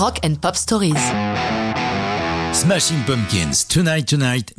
Rock and Pop Stories. Smashing Pumpkins, Tonight Tonight,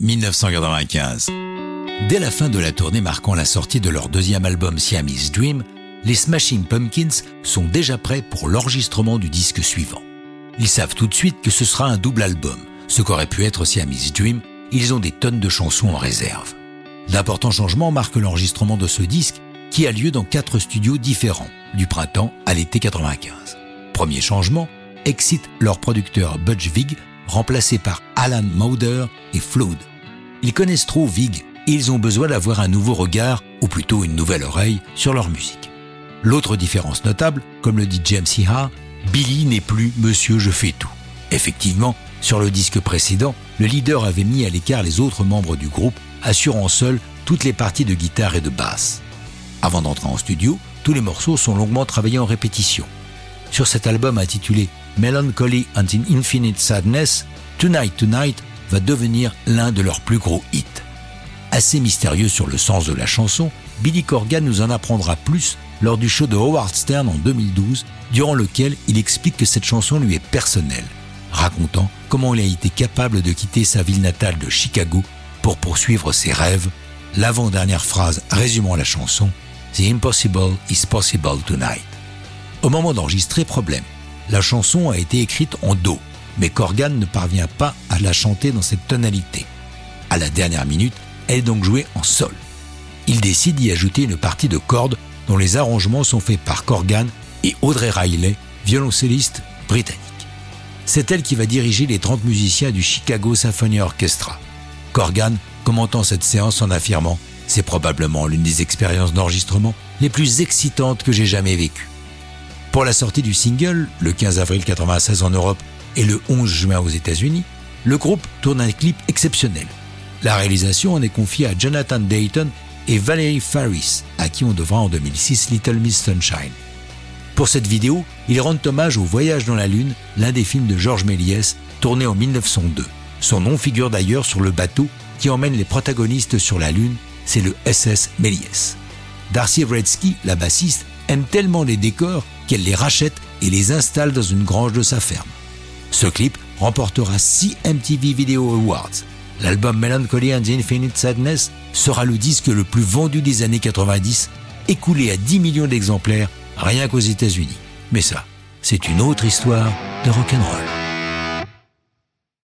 1995. Dès la fin de la tournée marquant la sortie de leur deuxième album Siamese Dream, les Smashing Pumpkins sont déjà prêts pour l'enregistrement du disque suivant. Ils savent tout de suite que ce sera un double album, ce qu'aurait pu être Siamese Dream. Ils ont des tonnes de chansons en réserve. D'importants changements marquent l'enregistrement de ce disque qui a lieu dans 4 studios différents, du printemps à l'été 95. Premier changement, excite leur producteur Butch Vig, remplacé par Alan Mauder et Flood. Ils connaissent trop Vig et ils ont besoin d'avoir un nouveau regard, ou plutôt une nouvelle oreille, sur leur musique. L'autre différence notable, comme le dit James Iha, Billy n'est plus Monsieur Je fais tout. Effectivement, sur le disque précédent, le leader avait mis à l'écart les autres membres du groupe, assurant seul toutes les parties de guitare et de basse. Avant d'entrer en studio, tous les morceaux sont longuement travaillés en répétition. Sur cet album intitulé Melancholy and an Infinite Sadness, Tonight Tonight va devenir l'un de leurs plus gros hits. Assez mystérieux sur le sens de la chanson, Billy Corgan nous en apprendra plus lors du show de Howard Stern en 2012, durant lequel il explique que cette chanson lui est personnelle, racontant comment il a été capable de quitter sa ville natale de Chicago pour poursuivre ses rêves. L'avant-dernière phrase résumant la chanson, « The impossible is possible tonight ». Au moment d'enregistrer, problème. La chanson a été écrite en Do, mais Corgan ne parvient pas à la chanter dans cette tonalité. À la dernière minute, elle est donc jouée en Sol. Il décide d'y ajouter une partie de cordes dont les arrangements sont faits par Corgan et Audrey Riley, violoncelliste britannique. C'est elle qui va diriger les 30 musiciens du Chicago Symphony Orchestra. Corgan commentant cette séance en affirmant « C'est probablement l'une des expériences d'enregistrement les plus excitantes que j'ai jamais vécues ». Pour la sortie du single, le 15 avril 1996 en Europe et le 11 juin aux États-Unis, le groupe tourne un clip exceptionnel. La réalisation en est confiée à Jonathan Dayton et Valerie Faris, à qui on devra en 2006 Little Miss Sunshine. Pour cette vidéo, ils rendent hommage au Voyage dans la Lune, l'un des films de Georges Méliès, tourné en 1902. Son nom figure d'ailleurs sur le bateau qui emmène les protagonistes sur la Lune, c'est le SS Méliès. Darcy Wretzky, la bassiste, aime tellement les décors qu'elle les rachète et les installe dans une grange de sa ferme. Ce clip remportera 6 MTV Video Awards. L'album Melancholy and the Infinite Sadness sera le disque le plus vendu des années 90, écoulé à 10 millions d'exemplaires rien qu'aux États-Unis. Mais ça, c'est une autre histoire de rock'n'roll.